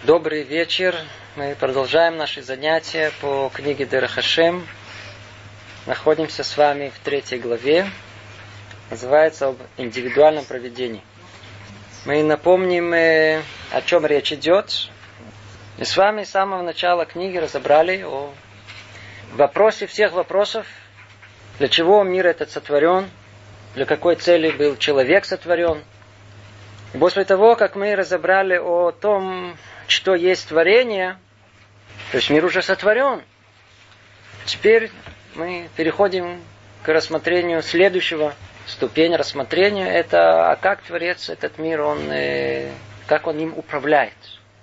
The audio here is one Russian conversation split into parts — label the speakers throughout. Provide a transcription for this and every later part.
Speaker 1: Добрый вечер. Мы продолжаем наши занятия по книге Дерех Ашем. Находимся с вами в 3 главе. Называется об индивидуальном провидении. Мы напомним, о чем речь идет. Мы с вами с самого начала книги разобрали о вопросе всех вопросов. Для чего мир этот сотворен? Для какой цели был человек сотворен? И после того, как мы разобрали о том, что есть творение, то есть мир уже сотворен, теперь мы переходим к рассмотрению следующего ступени рассмотрения. Это как Творец этот мир, как он им управляет.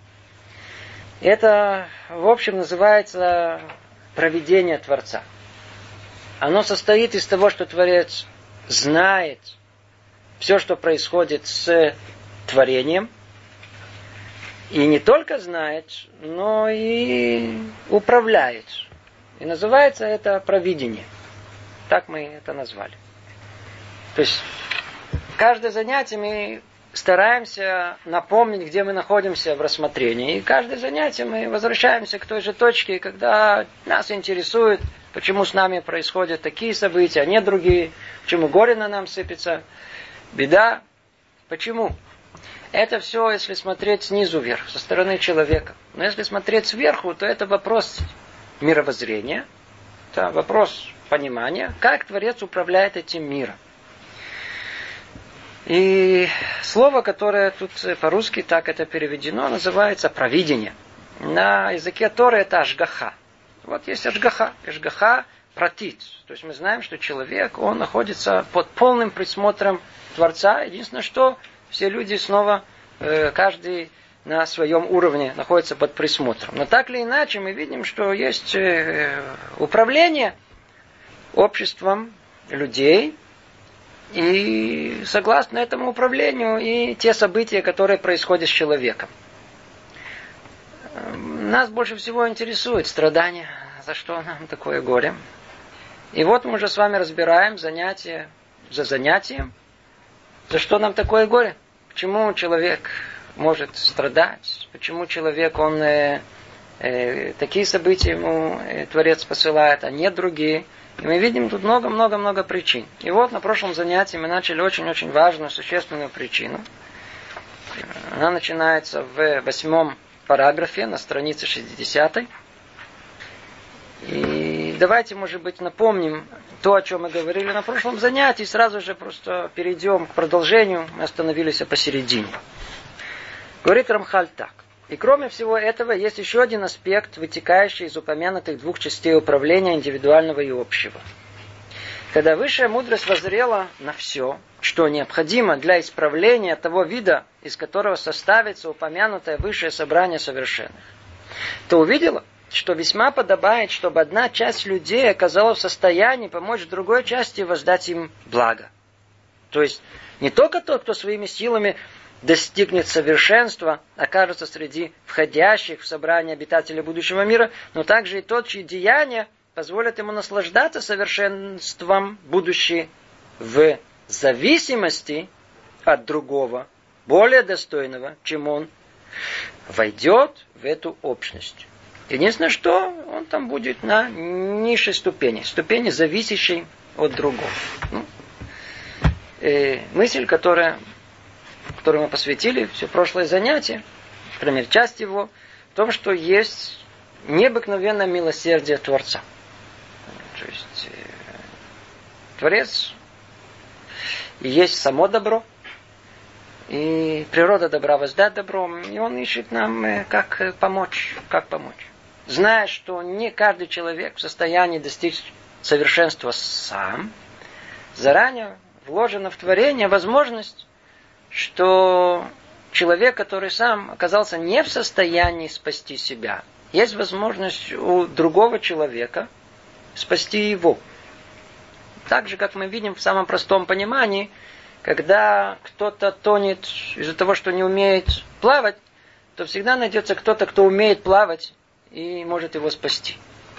Speaker 1: Это, в общем, называется провидение Творца. Оно состоит из того, что Творец знает все, что происходит с творением, и не только знает, но и управляет. И называется это провидение. Так мы это назвали. То есть, каждое занятие мы стараемся напомнить, где мы находимся в рассмотрении. И каждое занятие мы возвращаемся к той же точке, когда нас интересует, почему с нами происходят такие события, а не другие. Почему горе на нам сыпется, беда. Почему? Это все, если смотреть снизу вверх, со стороны человека. Но если смотреть сверху, то это вопрос мировоззрения, это вопрос понимания, как Творец управляет этим миром. И слово, которое тут по-русски так это переведено, называется провидение. На языке Торы это ашгаха. Вот есть ашгаха пратит. То есть мы знаем, что человек, он находится под полным присмотром Творца. Единственное, что все люди снова, каждый на своем уровне находится под присмотром. Но так или иначе мы видим, что есть управление обществом людей. И согласно этому управлению и те события, которые происходят с человеком. Нас больше всего интересует страдание. За что нам такое горе? И вот мы уже с вами разбираем занятие за занятием. За что нам такое горе? Почему человек может страдать? Почему человек, такие события ему Творец посылает, а не другие? И мы видим тут много причин. И вот на прошлом занятии мы начали очень-очень важную, существенную причину. Она начинается в 8 параграфе на странице 60. И давайте, может быть, напомним то, о чем мы говорили на прошлом занятии, и сразу же просто перейдем к продолжению. Мы остановились посередине. Говорит Рамхаль так. И кроме всего этого, есть еще один аспект, вытекающий из упомянутых 2 частей управления индивидуального и общего. Когда высшая мудрость воззрела на все, что необходимо для исправления того вида, из которого составится упомянутое высшее собрание совершенных, то увидела, что весьма подобает, чтобы одна часть людей оказалась в состоянии помочь другой части воздать им благо. То есть, не только тот, кто своими силами достигнет совершенства, окажется среди входящих в собрание обитателей будущего мира, но также и тот, чьи деяния позволят ему наслаждаться совершенством будущего в зависимости от другого, более достойного, чем он, войдет в эту общность. Единственное, что он там будет на низшей ступени, зависящей от другого. Мысль, которую мы посвятили все прошлое занятие, например, часть его, в том, что есть необыкновенное милосердие Творца. То есть, Творец и есть само добро, и природа добра воздать добром, и он ищет нам, как помочь. Зная, что не каждый человек в состоянии достичь совершенства сам, заранее вложена в творение возможность, что человек, который сам оказался не в состоянии спасти себя, есть возможность у другого человека спасти его. Так же, как мы видим в самом простом понимании, когда кто-то тонет из-за того, что не умеет плавать, то всегда найдется кто-то, кто умеет плавать и может его спасти.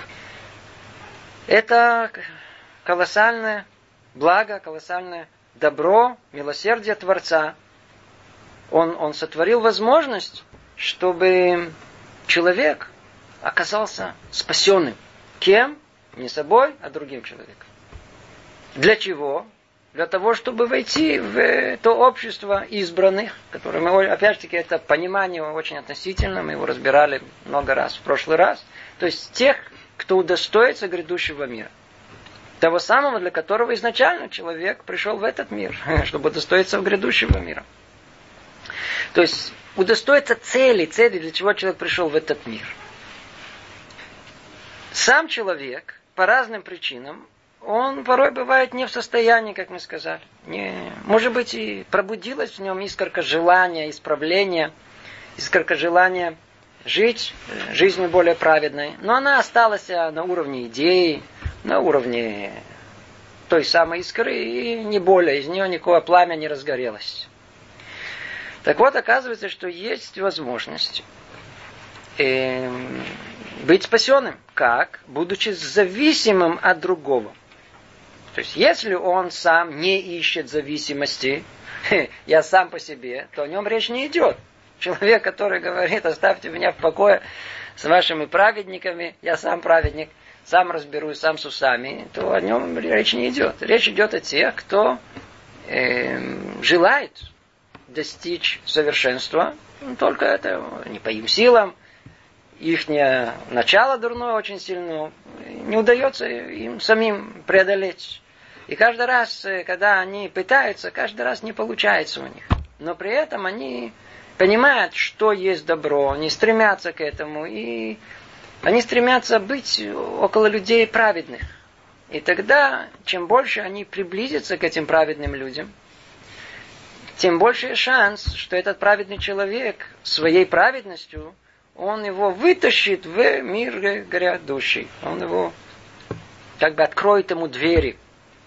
Speaker 1: Это колоссальное благо, колоссальное добро, милосердие Творца. Он сотворил возможность чтобы человек оказался спасенным. Кем? Не собой, а другим человеком. Для чего? Для того, чтобы войти в то общество избранных, которое мы, опять же таки, это понимание очень относительно, мы его разбирали много раз в прошлый раз. То есть тех, кто удостоится грядущего мира. Того самого, для которого изначально человек пришел в этот мир, чтобы удостоиться грядущего мира. То есть удостоиться цели, для чего человек пришел в этот мир. Сам человек по разным причинам, он порой бывает не в состоянии, как мы сказали. Может быть, и пробудилась в нем искорка желания, исправления, искорка желания жить жизнью более праведной. Но она осталась на уровне идеи, на уровне той самой искры, и не более, из нее никакое пламя не разгорелось. Так вот, оказывается, что есть возможность быть спасенным. Как? Будучи зависимым от другого. То есть, если он сам не ищет зависимости, я сам по себе, то о нем речь не идет. Человек, который говорит, оставьте меня в покое с вашими праведниками, я сам праведник, сам разберусь, сам с усами, то о нем речь не идет. Речь идет о тех, кто желает достичь совершенства, только это не по им силам, их начало дурное очень сильно, не удается им самим преодолеть. И каждый раз, когда они пытаются, каждый раз не получается у них. Но при этом они понимают, что есть добро, они стремятся к этому, и они стремятся быть около людей праведных. И тогда, чем больше они приблизятся к этим праведным людям, тем больше шанс, что этот праведный человек своей праведностью, он его вытащит в мир грядущий. Он его как бы откроет ему двери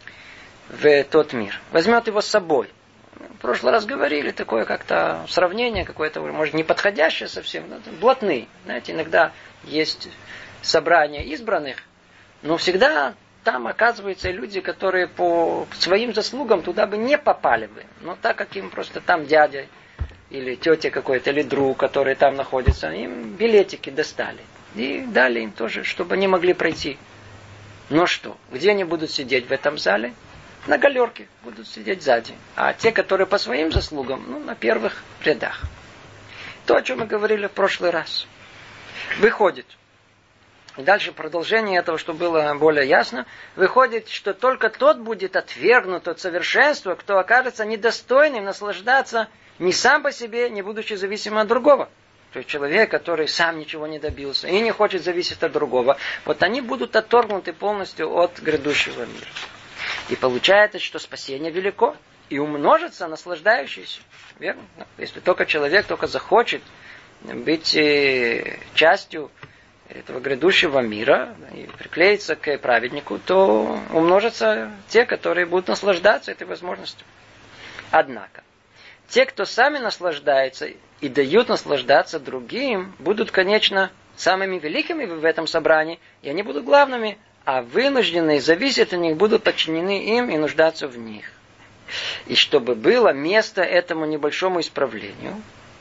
Speaker 1: в тот мир. Возьмет его с собой. В прошлый раз говорили, такое как-то сравнение какое-то, может, неподходящее совсем, блатные. Знаете, иногда есть собрания избранных, но всегда там оказываются люди, которые по своим заслугам туда бы не попали бы. Но так как им просто там дядя или тетя какой-то, или друг, который там находится, им билетики достали. И дали им тоже, чтобы они могли пройти. Но что? Где они будут сидеть в этом зале? На галерке будут сидеть сзади. А те, которые по своим заслугам, на первых рядах. То, о чем мы говорили в прошлый раз. Выходит. Дальше продолжение этого, чтобы было более ясно. Выходит, что только тот будет отвергнут от совершенства, кто окажется недостойным наслаждаться ни сам по себе, не будучи зависимым от другого. То есть человек, который сам ничего не добился и не хочет зависеть от другого, вот они будут отторгнуты полностью от грядущего мира. И получается, что спасение велико и умножится наслаждающийся. Верно? Если только человек захочет быть частью этого грядущего мира и приклеиться к праведнику, то умножатся те, которые будут наслаждаться этой возможностью. Однако, те, кто сами наслаждаются и дают наслаждаться другим, будут, конечно, самыми великими в этом собрании, и они будут главными, а вынужденные зависят от них, будут подчинены им и нуждаться в них. И чтобы было место этому небольшому исправлению,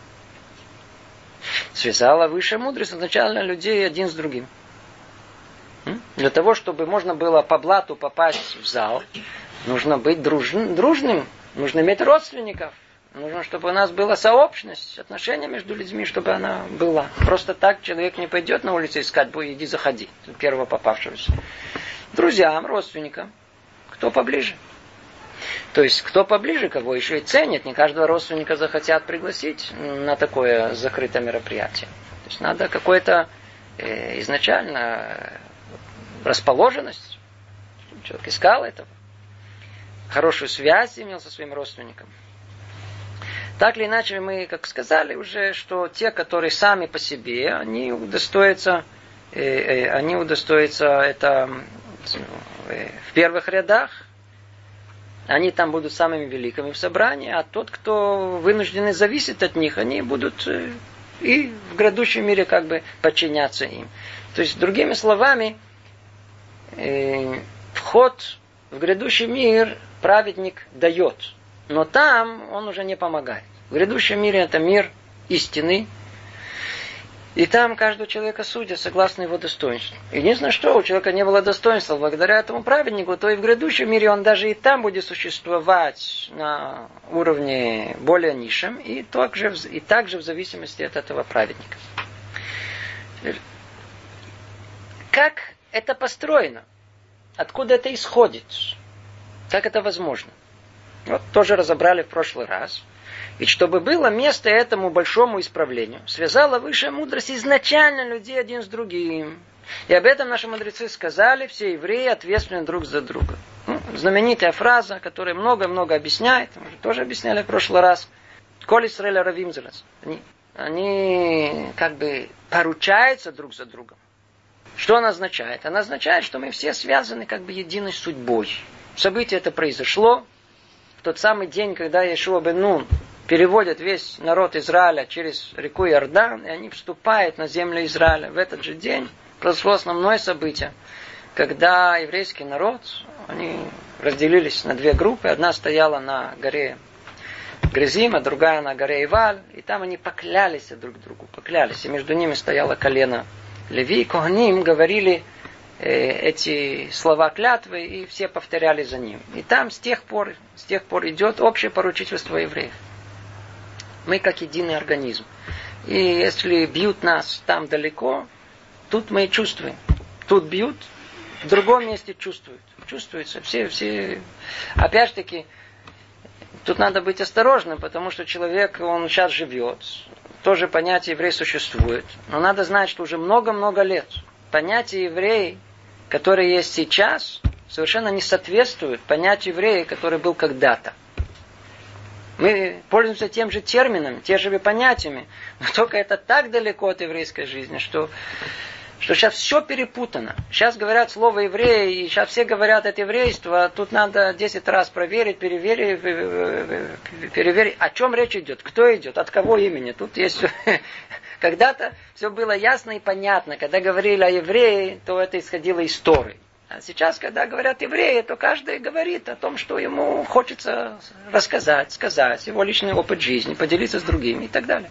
Speaker 1: связала высшая мудрость изначально людей один с другим. Для того, чтобы можно было по блату попасть в зал, нужно быть дружным, нужно иметь родственников. Нужно, чтобы у нас была сообщность, отношения между людьми, чтобы она была. Просто так человек не пойдет на улицу искать, иди заходи, первого попавшегося. Друзьям, родственникам, кто поближе. То есть, кто поближе, кого еще и ценит. Не каждого родственника захотят пригласить на такое закрытое мероприятие. То есть, надо какое-то изначально расположенность. Человек искал этого. Хорошую связь имел со своим родственником. Так или иначе, мы, как сказали уже, что те, которые сами по себе, они удостоятся это в первых рядах. Они там будут самыми великими в собрании, а тот, кто вынуждены зависеть от них, они будут и в грядущем мире как бы подчиняться им. То есть, другими словами, вход в грядущий мир праведник дает. Но там он уже не помогает. В грядущем мире это мир истины, И там каждого человека судят согласно его достоинству. Единственное, что у человека не было достоинства благодаря этому праведнику, то и в грядущем мире он даже и там будет существовать на уровне более низшем, и также в зависимости от этого праведника. Как это построено? Откуда это исходит? Как это возможно? Вот тоже разобрали в прошлый раз. Ведь чтобы было место этому большому исправлению, связала высшая мудрость изначально людей один с другим. И об этом наши мудрецы сказали, все евреи ответственны друг за друга. Знаменитая фраза, которая много-много объясняет, мы же тоже объясняли в прошлый раз. Коль Исраэль равим зелес. Они как бы поручаются друг за другом. Что она означает? Она означает, что мы все связаны как бы единой судьбой. Событие это произошло в тот самый день, когда Йешуа бен Нун переводят весь народ Израиля через реку Иордан, и они вступают на землю Израиля. В этот же день произошло основное событие, когда еврейский народ, они разделились на две группы. Одна стояла на горе Гризим, а другая на горе Иваль. И там они поклялись друг другу, поклялись. И между ними стояло колено Леви. Коганим говорили эти слова клятвы, и все повторяли за ним. И там с тех пор идет общее поручительство евреев. Мы как единый организм. И если бьют нас там далеко, тут мы чувствуем. Тут бьют, в другом месте чувствуют. Чувствуется. Все. Опять же таки, тут надо быть осторожным, потому что человек, он сейчас живет. Тоже понятие еврей существует. Но надо знать, что уже много-много лет понятие еврей, которое есть сейчас, совершенно не соответствует понятию еврея, который был когда-то. Мы пользуемся тем же термином, теми же понятиями, но только это так далеко от еврейской жизни, что сейчас все перепутано. Сейчас говорят слово еврей, и сейчас все говорят это еврейство, тут надо 10 раз проверить, переверить, о чем речь идет, кто идет, от кого имени. Тут есть... Когда-то все было ясно и понятно. Когда говорили о евреи, то это исходило из Торы. А сейчас, когда говорят евреи, то каждый говорит о том, что ему хочется рассказать, сказать, его личный опыт жизни, поделиться с другими и так далее.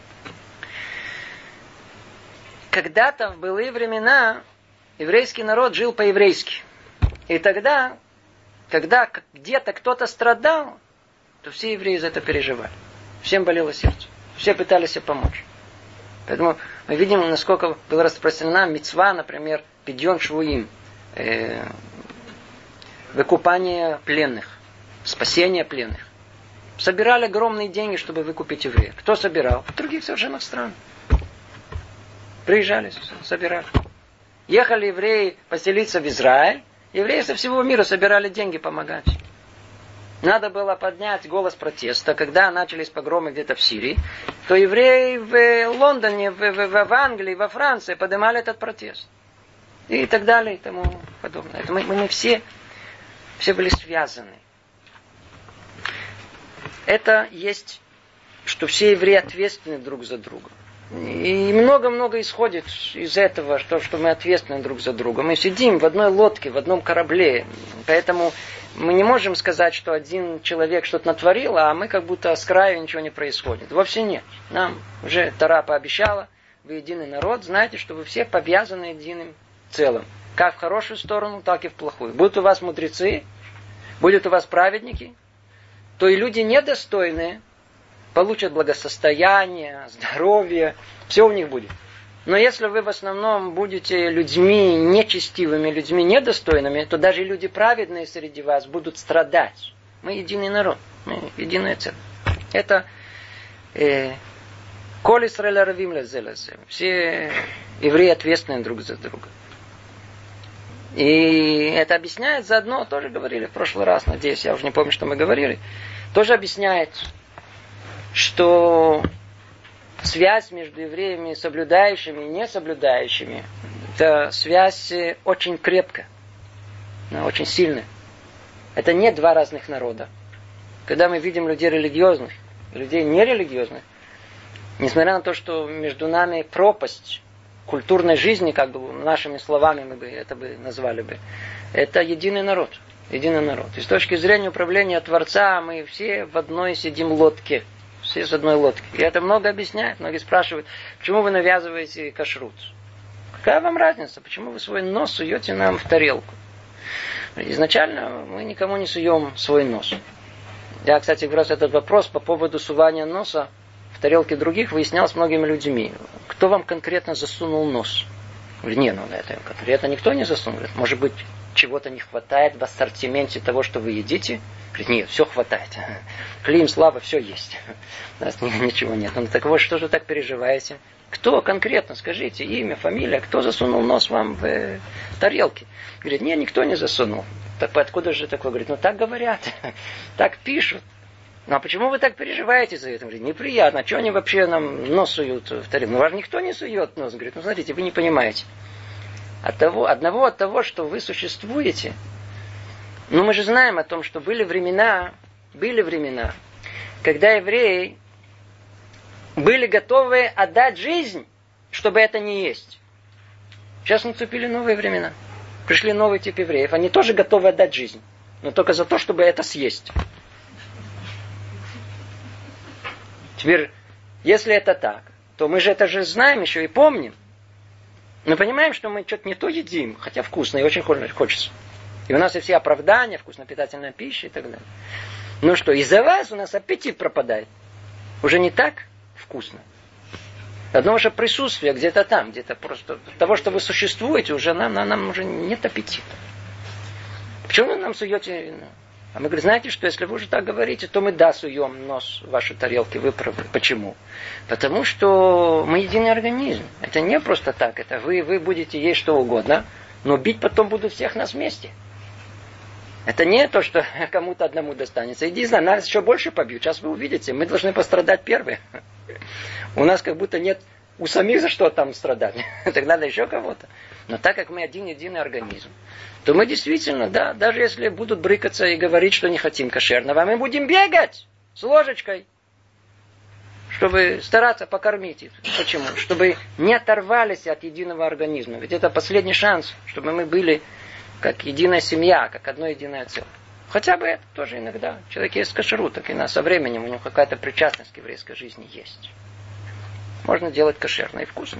Speaker 1: Когда-то в былые времена еврейский народ жил по-еврейски. И тогда, когда где-то кто-то страдал, то все евреи за это переживали. Всем болело сердце. Все пытались помочь. Поэтому мы видим, насколько была распространена мицва, например, пидьон швуим, выкупание пленных, спасение пленных. Собирали огромные деньги, чтобы выкупить евреев. Кто собирал? В других совершенно странах. Приезжали, собирали. Ехали евреи поселиться в Израиль. Евреи со всего мира собирали деньги помогать. Надо было поднять голос протеста, когда начались погромы где-то в Сирии, то евреи в Лондоне, в Англии, во Франции поднимали этот протест. И так далее, и тому подобное. Это мы все были связаны. Это есть, что все евреи ответственны друг за друга. И много-много исходит из этого, что мы ответственны друг за друга. Мы сидим в одной лодке, в одном корабле. Поэтому мы не можем сказать, что один человек что-то натворил, а мы как будто с краю ничего не происходит. Вовсе нет. Нам уже Тора пообещала, вы единый народ, знаете, что вы все повязаны единым целым. Как в хорошую сторону, так и в плохую. Будут у вас мудрецы, будут у вас праведники, то и люди недостойные получат благосостояние, здоровье, все у них будет. Но если вы в основном будете людьми нечестивыми, людьми недостойными, то даже люди праведные среди вас будут страдать. Мы единый народ, мы единая цель. Это Коль Исраэль равим лезе. Все евреи ответственны друг за друга. И это объясняет заодно, тоже говорили в прошлый раз, надеюсь, я уже не помню, что мы говорили, тоже объясняет, что связь между евреями, соблюдающими и несоблюдающими, эта связь очень крепкая, очень сильная. Это не два разных народа. Когда мы видим людей религиозных, людей нерелигиозных, несмотря на то, что между нами пропасть культурной жизни, как бы нашими словами мы бы это бы назвали бы, это единый народ. Единый народ. И с точки зрения управления Творца мы все в одной сидим лодке. все с одной лодки. И это много объясняет. Многие спрашивают, почему вы навязываете кашрут? Какая вам разница? Почему вы свой нос суете нам в тарелку? Изначально мы никому не суем свой нос. Я, кстати, раз этот вопрос по поводу сувания носа в тарелке других выяснял с многими людьми. Кто вам конкретно засунул нос? Говорит, не, это конкретно никто не засунул. Говорит, может быть, чего-то не хватает в ассортименте того, что вы едите? Говорит, нет, все хватает. Клим, слава, все есть. У нас ничего нет. Ну, так вот, что же так переживаете? Кто конкретно, скажите, имя, фамилия, кто засунул нос вам в тарелке? Говорит, нет, никто не засунул. Так откуда же такое? Говорит, ну так говорят, так пишут. Ну а почему вы так переживаете за это? Говорит, неприятно, а что они вообще нам нос суют в тарелку? Ну, вас никто не сует нос. Говорит, ну смотрите, вы не понимаете. От того, что вы существуете, ну мы же знаем о том, что были времена, когда евреи были готовы отдать жизнь, чтобы это не есть. Сейчас наступили новые времена. Пришли новый тип евреев. Они тоже готовы отдать жизнь. Но только за то, чтобы это съесть. Теперь, если это так, то мы же это же знаем еще и помним. Мы понимаем, что мы что-то не то едим, хотя вкусно и очень хочется. И у нас и все оправдания, вкусно-питательная пища и так далее. Ну что, из-за вас у нас аппетит пропадает. Уже не так вкусно. Одно ваше присутствие где-то там, где-то просто того, что вы существуете, уже нам уже нет аппетита. Почему вы нам суете? А мы говорим, знаете что, если вы уже так говорите, то мы суем нос в ваши тарелки, вы правы. Почему? Потому что мы единый организм. Это не просто так. Это вы будете есть что угодно, но бить потом будут всех нас вместе. Это не то, что кому-то одному достанется. Иди, знай, нас еще больше побьют. Сейчас вы увидите, мы должны пострадать первые. У нас как будто нет у самих за что там страдать. Так надо еще кого-то. Но так как мы один единый организм, то мы действительно, да, даже если будут брыкаться и говорить, что не хотим кошерного, мы будем бегать с ложечкой, чтобы стараться покормить их. Почему? Чтобы не оторвались от единого организма. Ведь это последний шанс, чтобы мы были как единая семья, как одно единое целое. Хотя бы это тоже иногда. Человек есть кашерут, так и со временем у него какая-то причастность к еврейской жизни есть. Можно делать кошерно и вкусно.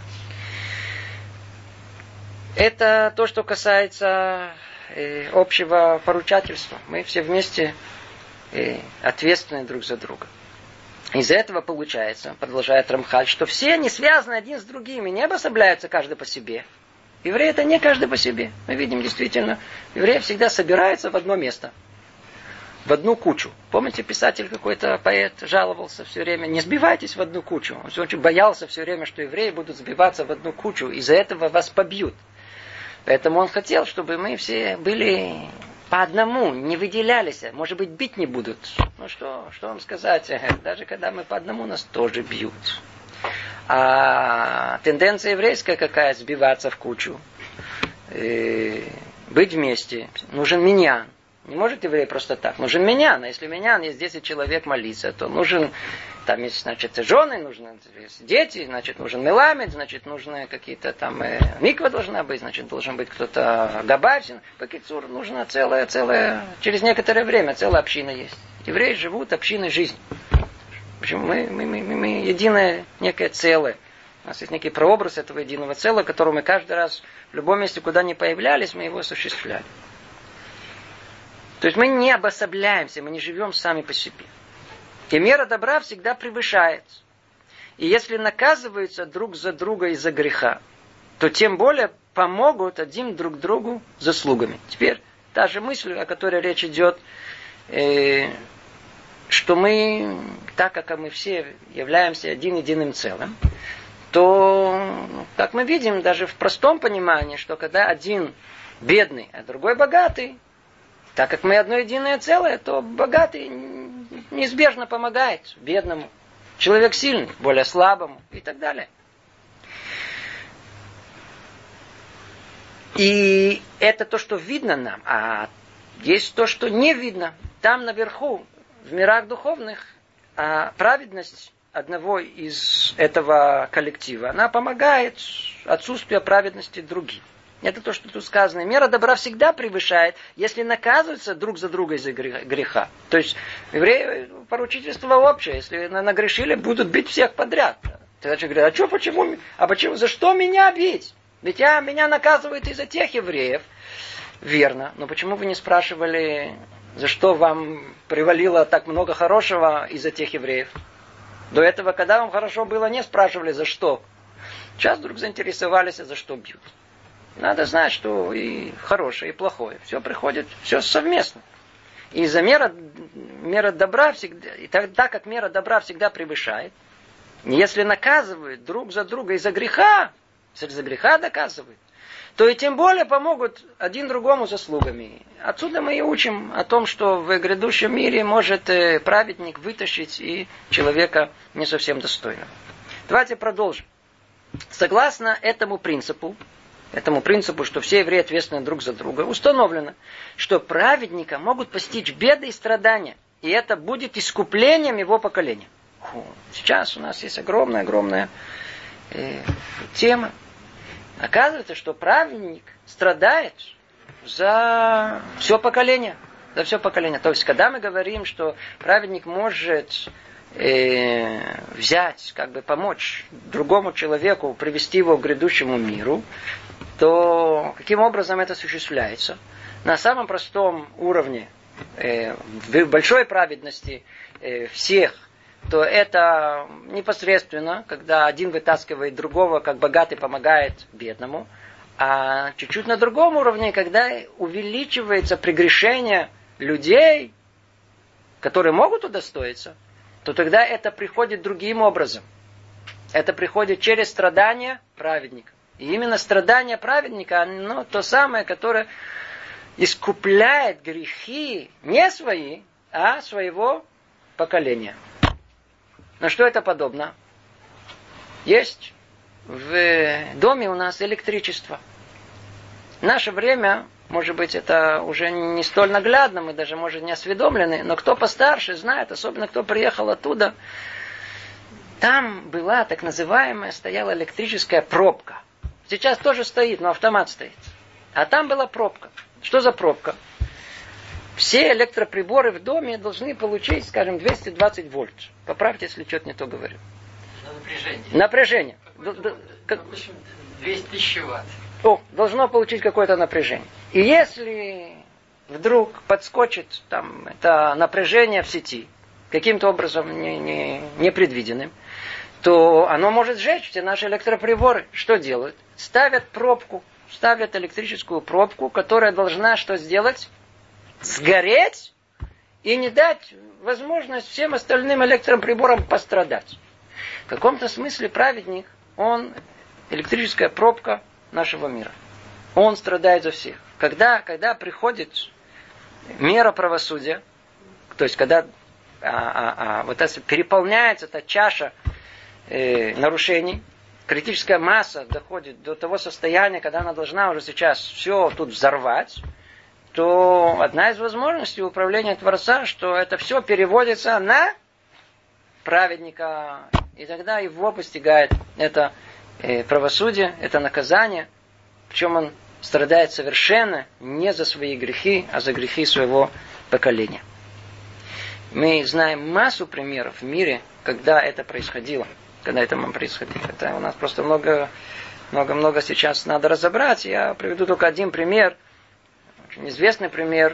Speaker 1: Это то, что касается общего поручательства. Мы все вместе ответственны друг за друга. Из-за этого получается, продолжает Рамхаль, что все они связаны один с другими, не обособляются каждый по себе. Евреи это не каждый по себе. Мы видим действительно, евреи всегда собираются в одно место. В одну кучу. Помните, писатель какой-то, поэт, жаловался все время, не сбивайтесь в одну кучу. Он очень боялся все время, что евреи будут сбиваться в одну кучу. Из-за этого вас побьют. Поэтому он хотел, чтобы мы все были по одному, не выделялись. Может быть, бить не будут. Ну что вам сказать? Даже когда мы по одному, нас тоже бьют. А тенденция еврейская какая? Сбиваться в кучу. Быть вместе. Нужен миньян. Не может еврей просто так. Нужен миньян. А если миньян, есть 10 человек молиться, то нужен, там есть, значит, жены, нужны дети, значит, нужен меламед, значит, нужны какие-то там, миква должна быть, значит, должен быть кто-то габарсин. По-кицур, нужно целое, через некоторое время целая община есть. Евреи живут общиной жизни. Почему? Мы единое некое целое. У нас есть некий прообраз этого единого целого, который мы каждый раз в любом месте, куда ни появлялись, мы его осуществляли. То есть мы не обособляемся, мы не живем сами по себе. И мера добра всегда превышается. И если наказываются друг за друга из-за греха, то тем более помогут один друг другу заслугами. Теперь та же мысль, о которой речь идет, что мы, так как мы все являемся единым целым, то, как мы видим, даже в простом понимании, что когда один бедный, а другой богатый, так как мы одно единое целое, то богатый неизбежно помогает бедному. Человек сильный, более слабому и так далее. И это то, что видно нам. А есть то, что не видно. Там наверху, в мирах духовных, праведность одного из этого коллектива, она помогает отсутствию праведности других. Это то, что тут сказано. Мера добра всегда превышает, если наказываются друг за друга из-за греха. То есть евреи поручительство общее. Если нагрешили, будут бить всех подряд. Тогда человек говорит, а что, почему? А почему? За что меня бить? Ведь меня наказывают из-за тех евреев. Верно. Но почему вы не спрашивали, за что вам привалило так много хорошего из-за тех евреев? До этого, когда вам хорошо было, не спрашивали, за что. Сейчас вдруг заинтересовались, за что бьют. Надо знать, что и хорошее, и плохое. Все приходит, все совместно. И за мера добра всегда, и так как мера добра всегда превышает, если наказывают друг за друга из-за греха, если за греха доказывают, то и тем более помогут один другому заслугами. Отсюда мы и учим о том, что в грядущем мире может праведник вытащить и человека не совсем достойного. Давайте продолжим. Согласно этому принципу, что все евреи ответственны друг за друга, установлено, что праведника могут постичь беды и страдания, и это будет искуплением его поколения. Сейчас у нас есть огромная тема. Оказывается, что праведник страдает за все поколение. За все поколение. То есть, когда мы говорим, что праведник может взять, помочь другому человеку, привести его к грядущему миру, то каким образом это осуществляется? На самом простом уровне, в большой праведности всех, то это непосредственно, когда один вытаскивает другого, как богатый помогает бедному, а чуть-чуть на другом уровне, когда увеличивается прегрешение людей, которые могут удостоиться, то тогда это приходит другим образом. Это приходит через страдания праведника. И именно страдание праведника, оно то самое, которое искупляет грехи не свои, а своего поколения. На что это подобно? Есть в доме у нас электричество. В наше время, может быть, это уже не столь наглядно, мы даже, может, не осведомлены, но кто постарше знает, особенно кто приехал оттуда, там была так называемая, стояла электрическая пробка. Сейчас тоже стоит, но автомат стоит. А там была пробка. Что за пробка? Все электроприборы в доме должны получить, скажем, 220 вольт. Поправьте, если что-то не то говорю. Напряжение.
Speaker 2: 200 тысяч ватт.
Speaker 1: Должно получить какое-то напряжение. И если вдруг подскочит там это напряжение в сети, каким-то образом непредвиденным, то оно может сжечь все наши электроприборы. Что делают? Ставят электрическую пробку, которая должна что сделать? Сгореть и не дать возможность всем остальным электроприборам пострадать. В каком-то смысле праведник, он электрическая пробка нашего мира. Он страдает за всех. Когда приходит мера правосудия, то есть когда вот это переполняется эта чаша нарушений, критическая масса доходит до того состояния, когда она должна уже сейчас все тут взорвать, то одна из возможностей управления Творца, что это все переводится на праведника, и тогда его постигает это правосудие, это наказание, причем он страдает совершенно не за свои грехи, а за грехи своего поколения. Мы знаем массу примеров в мире, когда это происходило. Это у нас просто много сейчас надо разобрать. Я приведу только один пример, очень известный пример,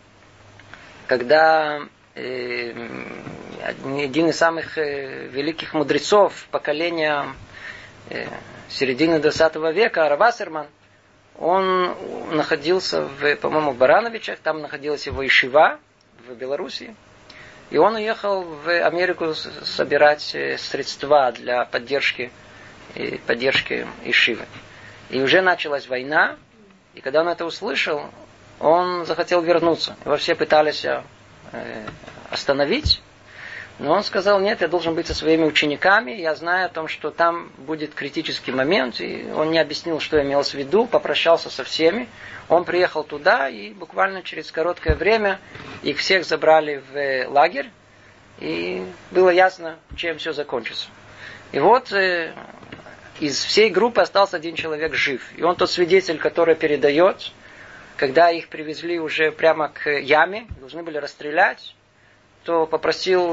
Speaker 1: когда один из самых великих мудрецов поколения середины 20 века, Рав Ассерман, он находился по-моему, в Барановичах, там находилась его ишива в Белоруссии. И он уехал в Америку собирать средства для поддержки ишивы. И уже началась война, и когда он это услышал, он захотел вернуться. Его все пытались остановить, но он сказал, нет, я должен быть со своими учениками, я знаю о том, что там будет критический момент, и он не объяснил, что имелось в виду, попрощался со всеми. Он приехал туда, и буквально через короткое время их всех забрали в лагерь, и было ясно, чем все закончится. И вот из всей группы остался один человек жив. И он тот свидетель, который передает, когда их привезли уже прямо к яме, должны были расстрелять, то попросил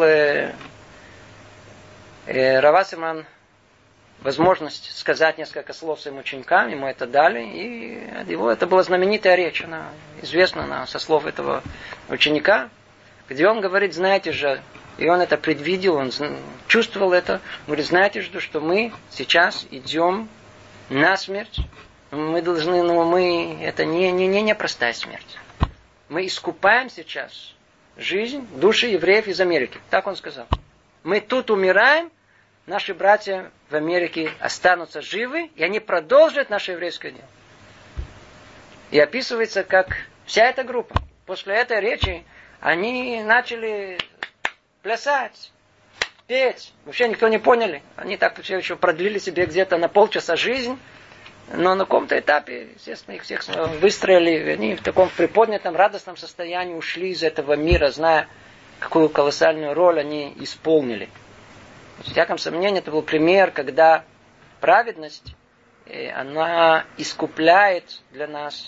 Speaker 1: Рав Асельман возможность сказать несколько слов своим ученикам, ему это дали, и его это была знаменитая речь, она известна со слов этого ученика, где он говорит, знаете же, и он это предвидел, он чувствовал это, говорит, знаете же, что мы сейчас идем на смерть, мы должны, это не простая смерть. Мы искупаем сейчас жизнь души евреев из Америки. Так он сказал. Мы тут умираем, наши братья в Америке останутся живы, и они продолжат наше еврейское дело. И описывается, как вся эта группа, после этой речи, они начали плясать, петь. Вообще никто не поняли. Они так все еще продлили себе где-то на полчаса жизнь, но на каком-то этапе, естественно, их всех выстроили, они в таком приподнятом, радостном состоянии ушли из этого мира, зная, какую колоссальную роль они исполнили. В всяком сомнении, это был пример, когда праведность, она искупляет для нас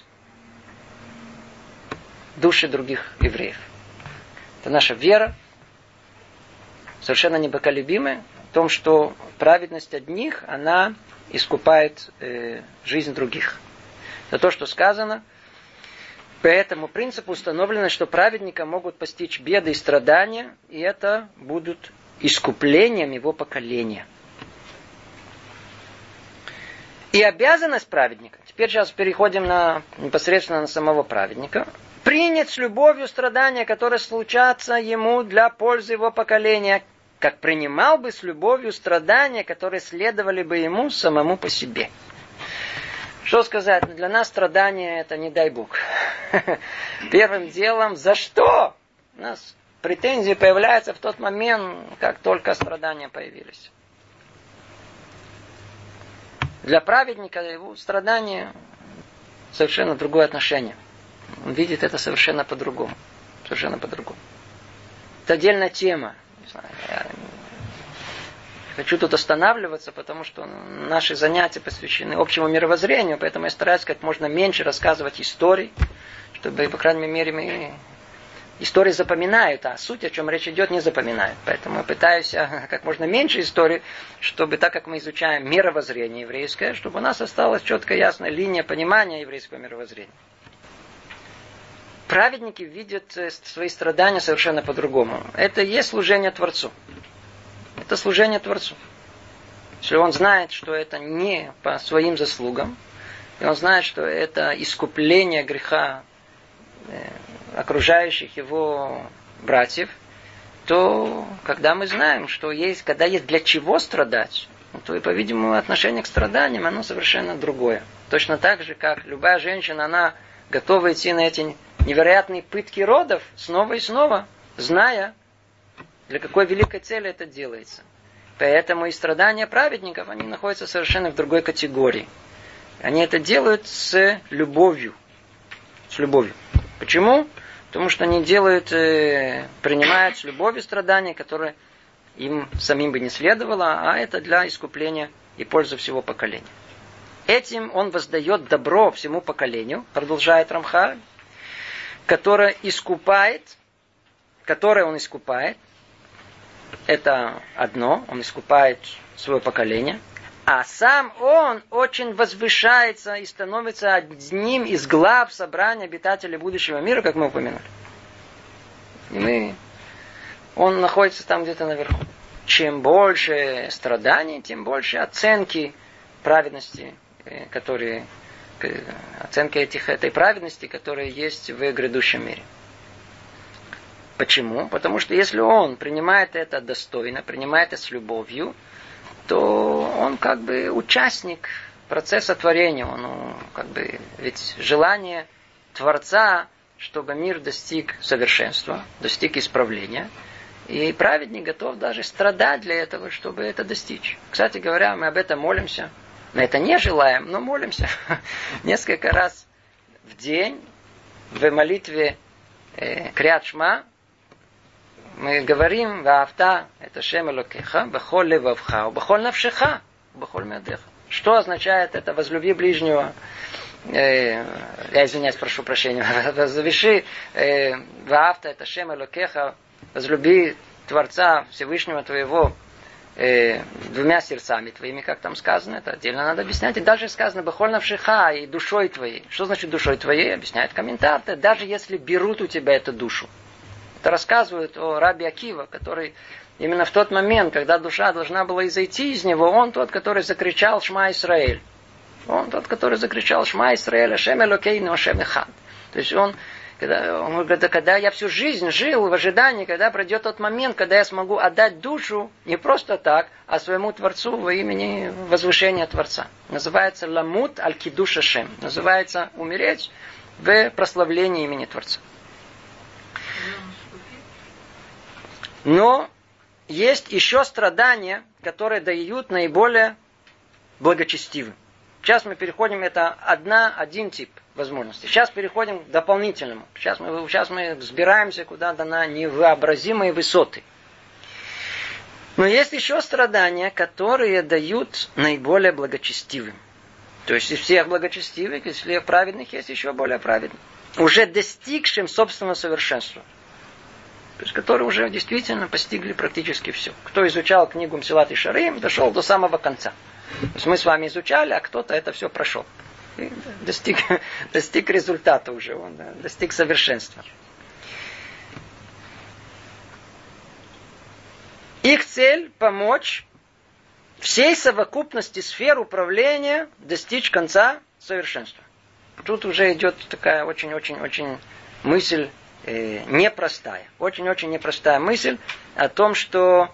Speaker 1: души других евреев. Это наша вера, совершенно непоколебимая, в том, что праведность одних, она искупает жизнь других. Это то, что сказано. По этому принципу установлено, что праведника могут постичь беды и страдания, и это будут искуплением его поколения. И обязанность праведника, теперь сейчас переходим непосредственно на самого праведника, принять с любовью страдания, которые случатся ему для пользы его поколения, как принимал бы с любовью страдания, которые следовали бы ему самому по себе. Что сказать? Для нас страдания это не дай Бог. Первым делом, за что? У нас претензии появляются в тот момент, как только страдания появились. Для праведника его страдания совершенно другое отношение. Он видит это совершенно по-другому. Совершенно по-другому. Это отдельная тема. Не знаю, я хочу тут останавливаться, потому что наши занятия посвящены общему мировоззрению, поэтому я стараюсь как можно меньше рассказывать историй, чтобы, по крайней мере, истории запоминают, а суть, о чем речь идет, не запоминают. Поэтому я пытаюсь как можно меньше историй, чтобы, так как мы изучаем мировоззрение еврейское, чтобы у нас осталась четкая, ясная линия понимания еврейского мировоззрения. Праведники видят свои страдания совершенно по-другому. Это и есть служение Творцу. Это служение Творцу. Если он знает, что это не по своим заслугам, и он знает, что это искупление греха окружающих его братьев, то когда мы знаем, что когда есть для чего страдать, то и, по-видимому, отношение к страданиям, оно совершенно другое. Точно так же, как любая женщина, она готова идти на эти невероятные пытки родов снова и снова, зная, для какой великой цели это делается. Поэтому и страдания праведников, они находятся совершенно в другой категории. Они это делают с любовью. С любовью. Почему? Потому что они принимают с любовью страдания, которые им самим бы не следовало, а это для искупления и пользы всего поколения. Этим он воздает добро всему поколению, продолжает Рамхаль, которое он искупает, это одно, он искупает свое поколение, а сам он очень возвышается и становится одним из глав собрания обитателей будущего мира, как мы упомянули. И он находится там где-то наверху. Чем больше страданий, тем больше оценки праведности, оценки этой праведности, которые есть в грядущем мире. Почему? Потому что если он принимает это достойно, принимает это с любовью, то он как бы участник процесса творения. Ведь желание Творца, чтобы мир достиг совершенства, достиг исправления, и праведник готов даже страдать для этого, чтобы это достичь. Кстати говоря, мы об этом молимся. Мы это не желаем, но молимся несколько раз в день в молитве Криат Шма. Мы говорим, «Ваавта это Шем Элокеха, бехоль левавха, бехоль навшеха, бехоль меадеха». Что означает это «возлюби ближнего»? Я извиняюсь, прошу прощения. «Возвыши ваавта это Шем Элокеха», возлюби Творца Всевышнего твоего двумя сердцами твоими, как там сказано, это отдельно надо объяснять. И даже сказано «бахоль навшиха» и душой твоей. Что значит душой твоей? Объясняет комментатор. Даже если берут у тебя эту душу. Это рассказывают о Раби Акива, который именно в тот момент, когда душа должна была изойти из него, он тот, который закричал «Шма Исраэль». Он тот, который закричал «Шма Исраэль, Ашем Элокейну, Ашем Эхад». То есть он говорит, когда я всю жизнь жил в ожидании, когда пройдет тот момент, когда я смогу отдать душу не просто так, а своему Творцу во имени возвышения Творца. Называется «Ламут аль-кидуш Ашем». Называется «умереть в прославлении имени Творца». Но есть еще страдания, которые дают наиболее благочестивым. Сейчас мы переходим, это один тип возможностей. Сейчас переходим к дополнительному. Сейчас мы взбираемся куда-то на невообразимые высоты. Но есть еще страдания, которые дают наиболее благочестивым. То есть из всех благочестивых, из всех праведных есть еще более праведных. Уже достигшим собственного совершенства. То есть, которые уже действительно постигли практически все. Кто изучал книгу Мсилат Ишарим, дошел до самого конца. То есть мы с вами изучали, а кто-то это все прошел. И достиг результата уже, он достиг совершенства. Их цель помочь всей совокупности сфер управления достичь конца совершенства. Тут уже идет такая очень-очень-очень мысль непростая. Очень-очень непростая мысль о том, что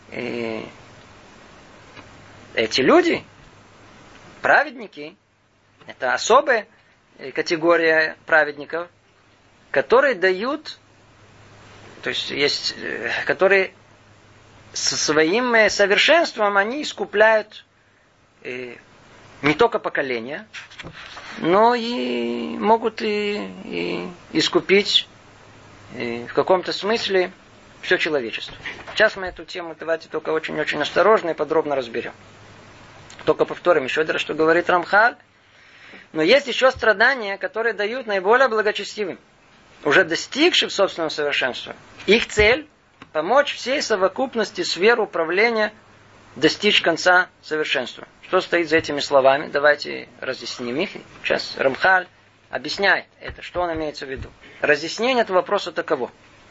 Speaker 1: эти люди, праведники, это особая категория праведников, которые дают, то есть которые со своим совершенством они искупляют не только поколения, но и могут и искупить в каком-то смысле все человечество. Сейчас мы эту тему давайте только очень-очень осторожно и подробно разберем. Только повторим еще раз, что говорит Рамхаль. Но есть еще страдания, которые дают наиболее благочестивым, уже достигшим собственного совершенства. Их цель – помочь всей совокупности сфер управления достичь конца совершенства. Что стоит за этими словами? Давайте разъясним их. Сейчас Рамхаль объясняет это, что он имеется в виду. Разъяснение этого вопроса таково.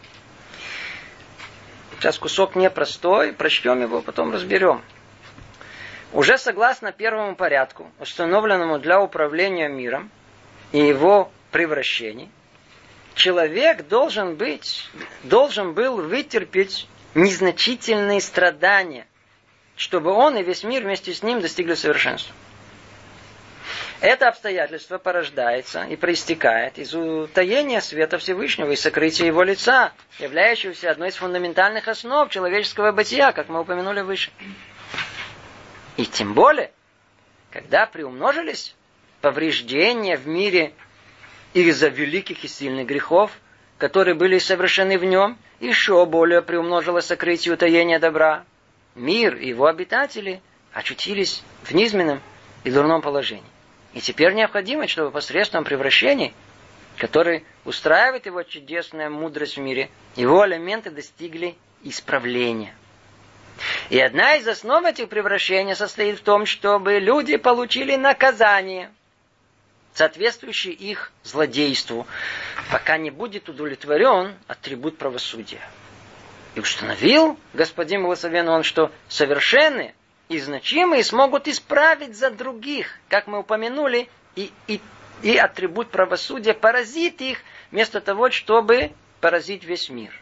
Speaker 1: Сейчас кусок непростой, прочтем его, потом разберем. Уже согласно первому порядку, установленному для управления миром и его превращений, человек должен был вытерпеть незначительные страдания, чтобы он и весь мир вместе с ним достигли совершенства. Это обстоятельство порождается и проистекает из утаения света Всевышнего и сокрытия его лица, являющегося одной из фундаментальных основ человеческого бытия, как мы упомянули выше. И тем более, когда приумножились повреждения в мире из-за великих и сильных грехов, которые были совершены в нем, еще более приумножилось сокрытие и утаение добра. Мир и его обитатели очутились в низменном и дурном положении. И теперь необходимо, чтобы посредством превращений, которые устраивает его чудесная мудрость в мире, его элементы достигли исправления. И одна из основ этих превращений состоит в том, чтобы люди получили наказание, соответствующее их злодейству, пока не будет удовлетворен атрибут правосудия. И установил господин благословен он, что совершенные и значимые смогут исправить за других, как мы упомянули, и атрибут правосудия поразит их, вместо того, чтобы поразить весь мир.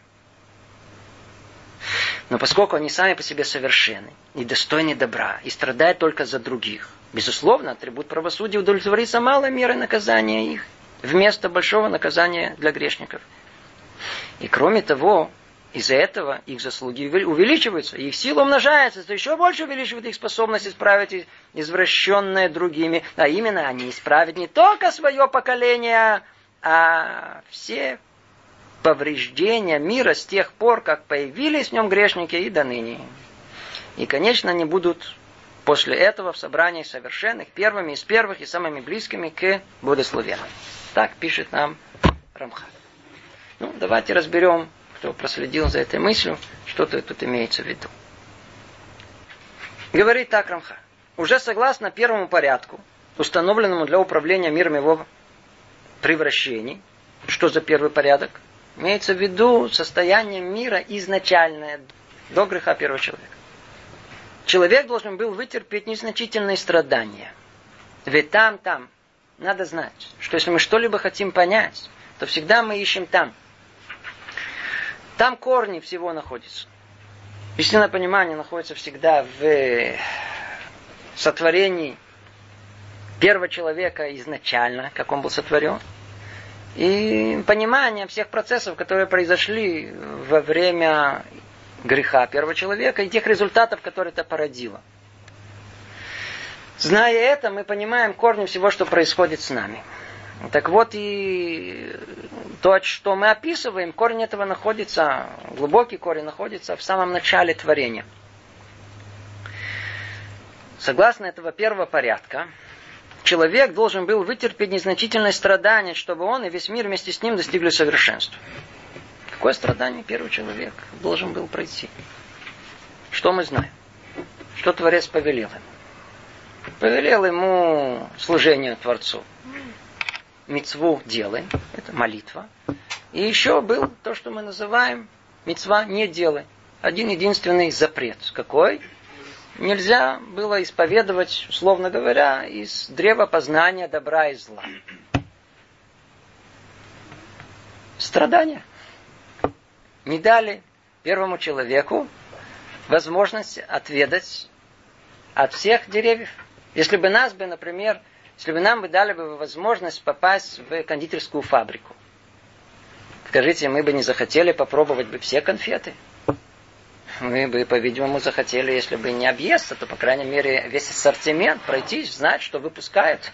Speaker 1: Но поскольку они сами по себе совершенны, и достойны добра, и страдают только за других, безусловно, атрибут правосудия удовлетворится малой мерой наказания их, вместо большого наказания для грешников. И кроме того, из-за этого их заслуги увеличиваются, их сила умножается, то еще больше увеличивает их способность исправить извращенное другими. А именно, они исправят не только свое поколение, а все повреждения мира с тех пор, как появились в нем грешники, и до ныне. И, конечно, они будут после этого в собрании совершенных, первыми из первых и самыми близкими к благословенным. Так пишет нам Рамхаль. Давайте разберем, кто проследил за этой мыслью, что-то тут имеется в виду. Говорит так Рамхаль. Уже согласно первому порядку, установленному для управления миром его превращений, что за первый порядок? Имеется в виду состояние мира изначальное, до греха первого человека. Человек должен был вытерпеть незначительные страдания. Ведь там, надо знать, что если мы что-либо хотим понять, то всегда мы ищем там. Там корни всего находятся. Истинное понимание находится всегда в сотворении первого человека изначально, как он был сотворен, и понимание всех процессов, которые произошли во время греха первого человека, и тех результатов, которые это породило. Зная это, мы понимаем корни всего, что происходит с нами. Так вот, и то, что мы описываем, корень этого находится, глубокий корень находится в самом начале творения. Согласно этого первого порядка, человек должен был вытерпеть незначительное страдание, чтобы он и весь мир вместе с ним достигли совершенства. Какое страдание первый человек должен был пройти? Что мы знаем? Что Творец повелел ему? Повелел ему служение Творцу. Мицву делай, это молитва. И еще был то, что мы называем мицва не делай. Один единственный запрет. Какой? Нельзя было исповедовать, условно говоря, из древа познания добра и зла. Страдания. Не дали первому человеку возможность отведать от всех деревьев. Если бы нам дали бы возможность попасть в кондитерскую фабрику, скажите, мы бы не захотели попробовать бы все конфеты? Мы бы, по-видимому, захотели, если бы не объесться, то, по крайней мере, весь ассортимент пройтись, знать, что выпускают.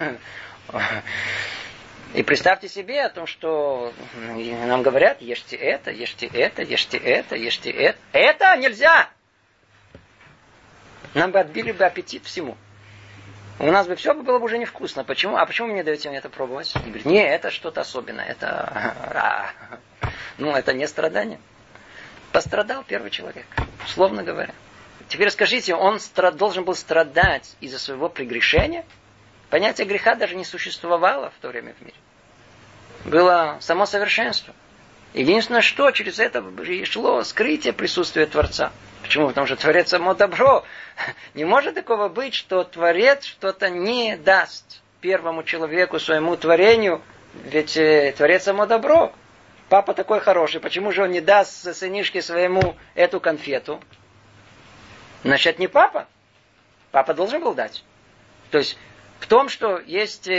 Speaker 1: И представьте себе о том, что нам говорят, ешьте это, ешьте это, ешьте это, ешьте это. Это нельзя! Нам бы отбили бы аппетит всему. У нас бы все было бы уже невкусно. Почему? А почему вы не даете мне это пробовать? И говорит, не, это что-то особенное. Это не страдание. Пострадал первый человек, условно говоря. Теперь скажите, он должен был страдать из-за своего прегрешения? Понятие греха даже не существовало в то время в мире. Было само совершенство. Единственное, что через это шло скрытие присутствия Творца. Почему? Потому что Творец само добро. Не может такого быть, что Творец что-то не даст первому человеку, своему творению. Ведь Творец само добро. Папа такой хороший. Почему же он не даст сынишке своему эту конфету? Значит, не папа. Папа должен был дать. То есть, в том, что есть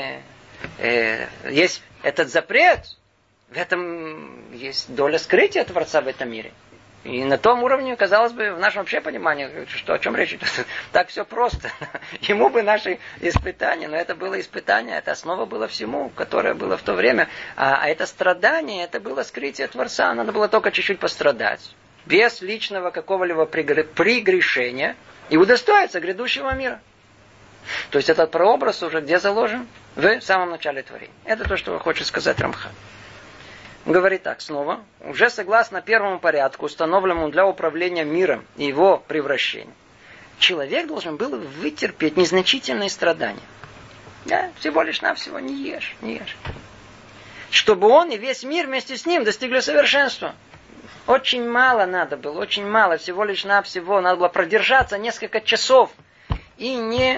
Speaker 1: этот запрет, в этом есть доля скрытия Творца в этом мире. И на том уровне, казалось бы, в нашем вообще понимании, что о чем речь идет. Так все просто. Ему бы наши испытания, но это было испытание, это основа была всему, которое было в то время. А это страдание, это было скрытие Творца. Надо было только чуть-чуть пострадать. Без личного какого-либо прегрешения. И удостоиться грядущего мира. То есть этот прообраз уже где заложен? В самом начале творения. Это то, что хочет сказать Рамхаль. Говорит так снова. Уже согласно первому порядку, установленному для управления миром и его превращением, человек должен был вытерпеть незначительные страдания. Да, всего лишь навсего не ешь. Чтобы он и весь мир вместе с ним достигли совершенства. Очень мало надо было, очень мало. Всего лишь навсего надо было продержаться несколько часов и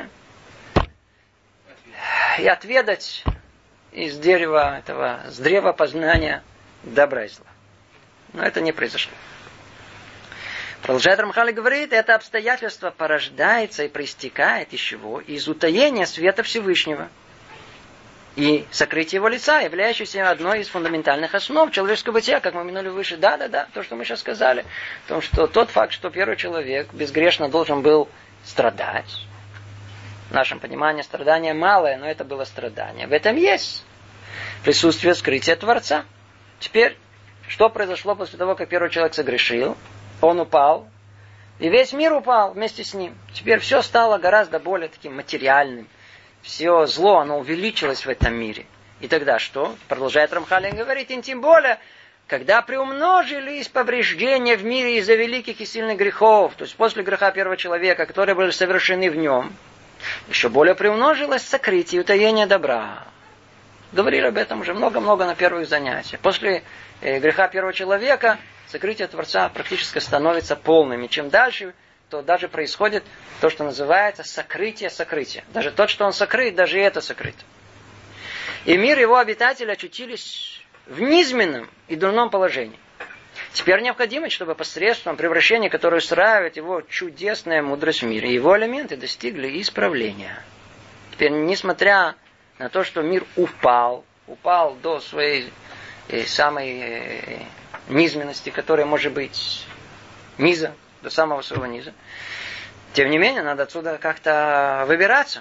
Speaker 1: отведать из дерева этого, с древа познания добра и зла. Но это не произошло. Продолжает Рамхаль и говорит, это обстоятельство порождается и проистекает из чего? Из утаения света Всевышнего. И сокрытие его лица, являющееся одной из фундаментальных основ человеческого бытия, как мы упомянули выше. Да, то, что мы сейчас сказали. В том, что тот факт, что первый человек безгрешно должен был страдать. В нашем понимании страдание малое, но это было страдание. В этом есть присутствие скрытия Творца. Теперь, что произошло после того, как первый человек согрешил? Он упал И весь мир упал вместе с ним. Теперь все стало гораздо более таким материальным. Все зло, оно увеличилось в этом мире. И тогда что? Продолжает Рамхаль говорить, и тем более, когда приумножились повреждения в мире из-за великих и сильных грехов, то есть после греха первого человека, которые были совершены в нем, еще более приумножилось сокрытие и утаение добра. Говорили об этом уже много-много на первых занятиях. После греха первого человека сокрытие Творца практически становится полным. И чем дальше, то даже происходит то, что называется сокрытие сокрытия. Даже то, что он сокрыт, даже это сокрыто. И мир его обитателей очутились в низменном и дурном положении. Теперь необходимо, чтобы посредством превращения, которое устраивает его чудесная мудрость в мире, его элементы достигли исправления. Теперь, несмотря на то, что мир упал до своей самой низменности, которая может быть низа, до самого своего низа, тем не менее, надо отсюда как-то выбираться.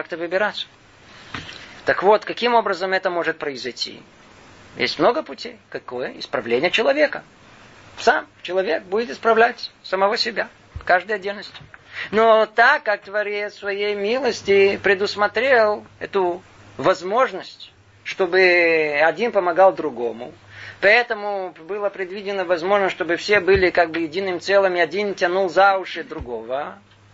Speaker 1: Так вот, каким образом это может произойти? Есть много путей. Какое? Исправление человека. Сам человек будет исправлять самого себя в каждой отдельности. Но так как Творец своей милости предусмотрел эту возможность, чтобы один помогал другому, поэтому было предвидено возможность, чтобы все были как бы единым целым, и один тянул за уши другого,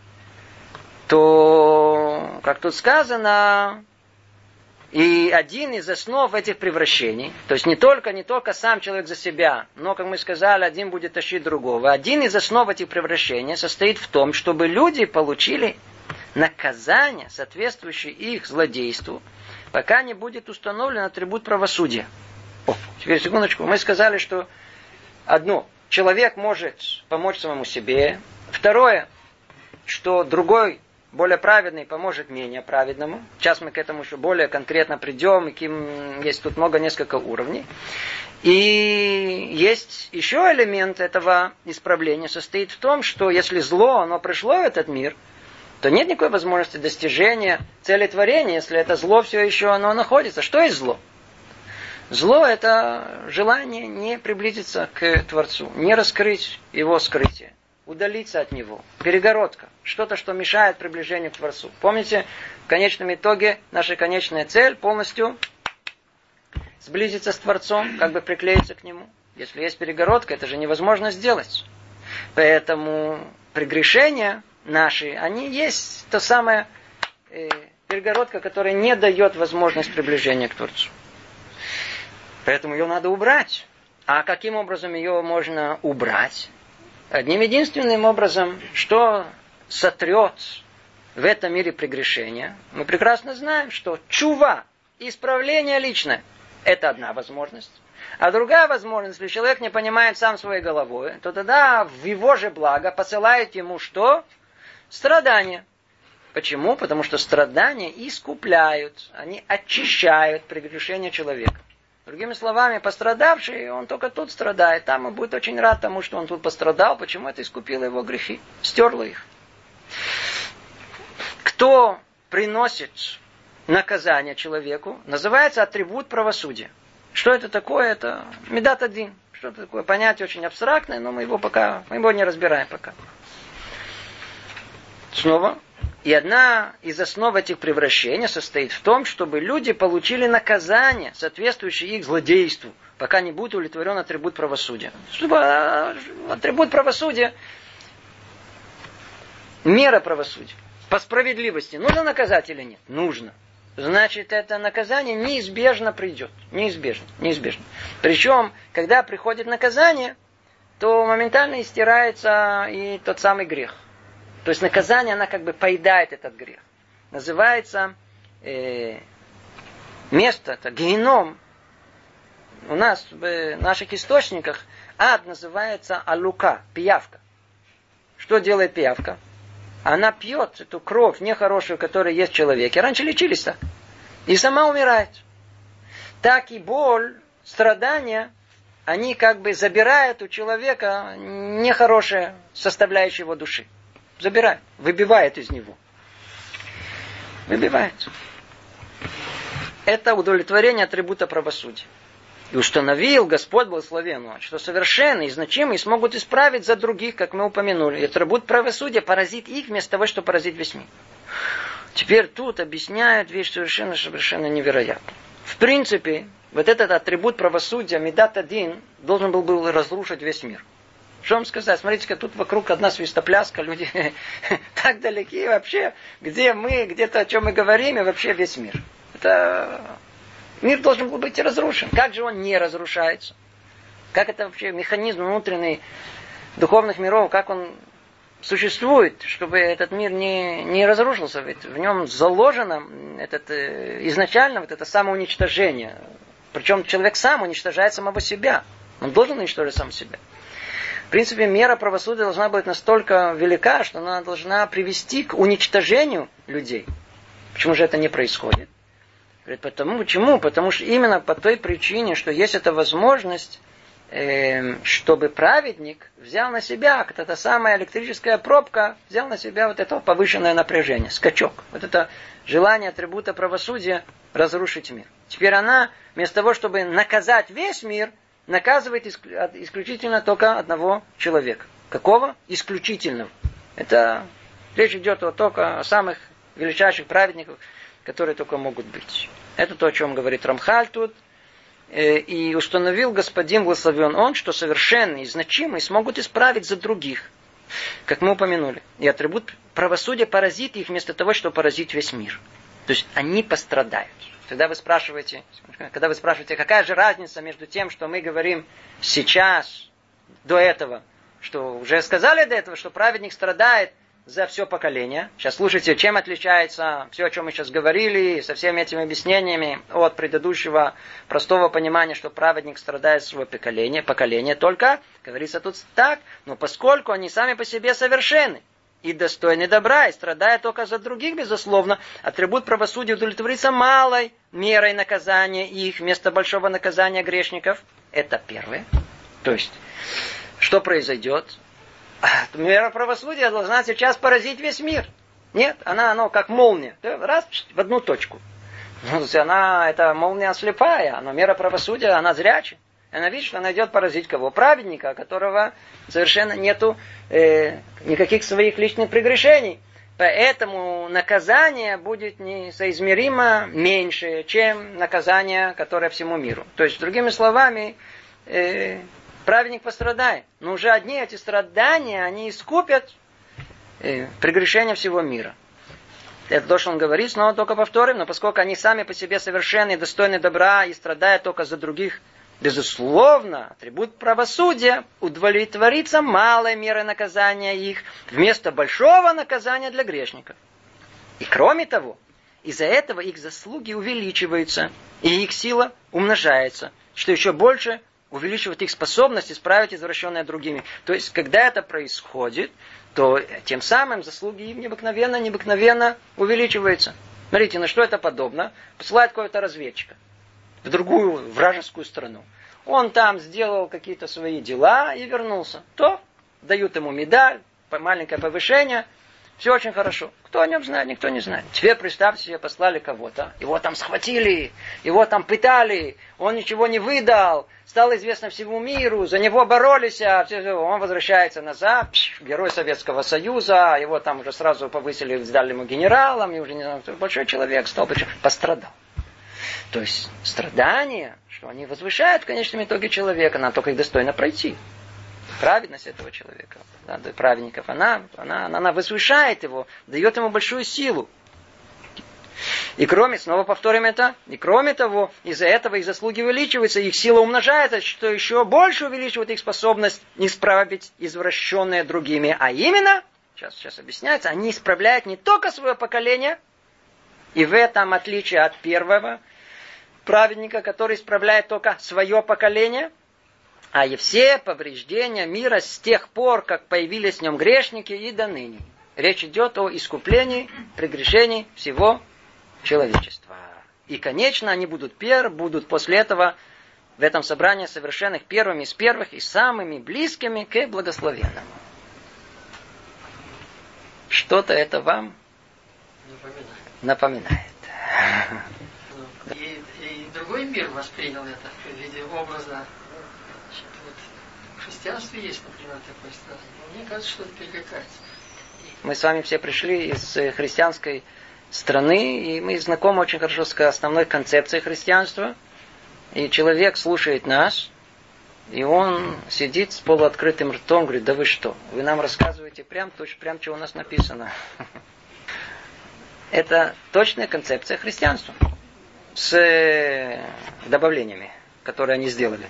Speaker 1: то, как тут сказано, и один из основ этих превращений, то есть не только сам человек за себя, но, как мы сказали, один будет тащить другого. Один из основ этих превращений состоит в том, чтобы люди получили наказание, соответствующее их злодейству, пока не будет установлен атрибут правосудия. Теперь секундочку. Мы сказали, что одно, человек может помочь самому себе. Второе, что другой, более праведный, поможет менее праведному. Сейчас мы к этому еще более конкретно придем. Есть тут несколько уровней. И есть еще элемент этого исправления. Состоит в том, что если зло, оно пришло в этот мир, то нет никакой возможности достижения цели творения, если это зло все еще оно находится. Что есть зло? Зло – это желание не приблизиться к Творцу, не раскрыть его скрытие, удалиться от него. Перегородка. Что-то, что мешает приближению к Творцу. Помните, в конечном итоге наша конечная цель полностью сблизиться с Творцом, как бы приклеиться к Нему. Если есть перегородка, это же невозможно сделать. Поэтому прегрешения наши, они есть та самая перегородка, которая не дает возможность приближения к Творцу. Поэтому ее надо убрать. А каким образом ее можно убрать? Одним единственным образом, что сотрет в этом мире прегрешения. Мы прекрасно знаем, что чува, исправление личное, это одна возможность. А другая возможность, если человек не понимает сам своей головой, то тогда в его же благо посылает ему что? Страдания. Почему? Потому что страдания искупляют, они очищают прегрешение человека. Другими словами, пострадавший, он только тут страдает. Там он будет очень рад тому, что он тут пострадал. Почему? Это искупило его грехи. Стерло их. Кто приносит наказание человеку, называется атрибут правосудия. Что это такое? Это медат один. Что это такое? Понятие очень абстрактное, но мы его не разбираем пока. Снова. И одна из основ этих превращений состоит в том, чтобы люди получили наказание, соответствующее их злодейству, пока не будет удовлетворен атрибут правосудия. Чтобы атрибут правосудия, мера правосудия, по справедливости, нужно наказать или нет? Нужно. Значит, это наказание неизбежно придет. Неизбежно. Причем, когда приходит наказание, то моментально истирается и тот самый грех. То есть наказание, она как бы поедает этот грех. Называется место, это геном. У нас в наших источниках ад называется алука, пиявка. Что делает пиявка? Она пьет эту кровь нехорошую, которая есть в человеке. Раньше лечились так. И сама умирает. Так и боль, страдания, они как бы забирают у человека нехорошее составляющее его души. Забирает, выбивает из него. Выбивает. Это удовлетворение атрибута правосудия. И установил Господь благословен Он, что совершенные и значимые смогут исправить за других, как мы упомянули. Это атрибут правосудия поразит их вместо того, чтобы поразить весь мир. Теперь тут объясняют вещь совершенно невероятную. В принципе, вот этот атрибут правосудия, Медат Адин, должен был разрушить весь мир. Что вам сказать? Смотрите-ка, тут вокруг одна свистопляска, люди так далеки вообще, где мы, где-то о чем мы говорим, и вообще весь мир. Это мир должен был быть разрушен. Как же он не разрушается? Как это вообще механизм внутренний духовных миров, как он существует, чтобы этот мир не разрушился? Ведь в нем заложено изначально вот это самоуничтожение. Причем человек сам уничтожает самого себя. Он должен уничтожить сам себя. В принципе, мера правосудия должна быть настолько велика, что она должна привести к уничтожению людей. Почему же это не происходит? Почему? Потому что именно по той причине, что есть эта возможность, чтобы праведник взял на себя, как эта самая электрическая пробка, взял на себя вот это повышенное напряжение, скачок. Вот это желание атрибута правосудия разрушить мир. Теперь она, вместо того, чтобы наказать весь мир, наказывает исключительно только одного человека. Какого? Исключительного. Это речь идет только о самых величайших праведниках, которые только могут быть. Это то, о чем говорит Рамхаль тут. И установил Господин благословен Он, что совершенные и значимые смогут исправить за других, как мы упомянули. И атрибут правосудия поразит их вместо того, чтобы поразить весь мир. То есть они пострадают. Когда вы спрашиваете, какая же разница между тем, что мы говорим сейчас, до этого, что уже сказали до этого, что праведник страдает за все поколение. Сейчас слушайте, чем отличается все, о чем мы сейчас говорили, со всеми этими объяснениями от предыдущего простого понимания, что праведник страдает за свое поколение только, говорится тут так, но поскольку они сами по себе совершенны и достойны добра, и страдают только за других, безусловно, атрибут правосудия удовлетворится малой мерой наказания их вместо большого наказания грешников. Это первое. То есть, что произойдет? Мера правосудия должна сейчас поразить весь мир. Нет, она как молния. Раз, в одну точку. Эта молния слепая, но мера правосудия, она зрячая. Она видит, что она идет поразить кого? Праведника, у которого совершенно нету никаких своих личных прегрешений. Поэтому наказание будет несоизмеримо меньше, чем наказание, которое всему миру. То есть, другими словами, праведник пострадает. Но уже одни эти страдания, они искупят прегрешения всего мира. Это то, что он говорит, снова только повторим, но поскольку они сами по себе совершенны, достойны добра и страдают только за других, безусловно, атрибут правосудия удовлетворится малой мерой наказания их вместо большого наказания для грешников. И кроме того, из-за этого их заслуги увеличиваются, и их сила умножается, что еще больше увеличивает их способность исправить извращенное другими. То есть, когда это происходит, то тем самым заслуги им необыкновенно увеличиваются. Смотрите, на что это подобно? Посылает какого-то разведчика в другую вражескую страну. Он там сделал какие-то свои дела и вернулся. То дают ему медаль, маленькое повышение. Все очень хорошо. Кто о нем знает, никто не знает. Теперь представьте себе, послали кого-то. Его там схватили, его там пытали, он ничего не выдал. Стало известно всему миру, за него боролись. Он возвращается назад, герой Советского Союза. Его там уже сразу повысили, сдали ему генералом. И уже не знаю, большой человек стал, пострадал. То есть страдания, что они возвышают в конечном итоге человека, надо только их достойно пройти. Праведность этого человека, праведников, она возвышает его, дает ему большую силу. И снова повторим это, и кроме того, из-за этого их заслуги увеличиваются, их сила умножается, что еще больше увеличивает их способность исправить извращенное другими. А именно, сейчас объясняется, они исправляют не только свое поколение, и в этом отличие от первого праведника, который исправляет только свое поколение, а и все повреждения мира с тех пор, как появились в нем грешники и до ныне. Речь идет о искуплении прегрешений всего человечества. И, конечно, они будут после этого в этом собрании совершенных первыми из первых и самыми близкими к благословенному. Что-то это вам напоминает.
Speaker 2: И другой мир воспринял это в виде образа. Вот в христианстве есть, например, такое страдание. Но мне кажется, что это перекликается.
Speaker 1: Мы с вами все пришли из христианской страны, и мы знакомы очень хорошо с основной концепцией христианства. И человек слушает нас, и он сидит с полуоткрытым ртом, говорит: да вы что? Вы нам рассказываете прям, что у нас написано. Это точная концепция христианства. С добавлениями, которые они сделали.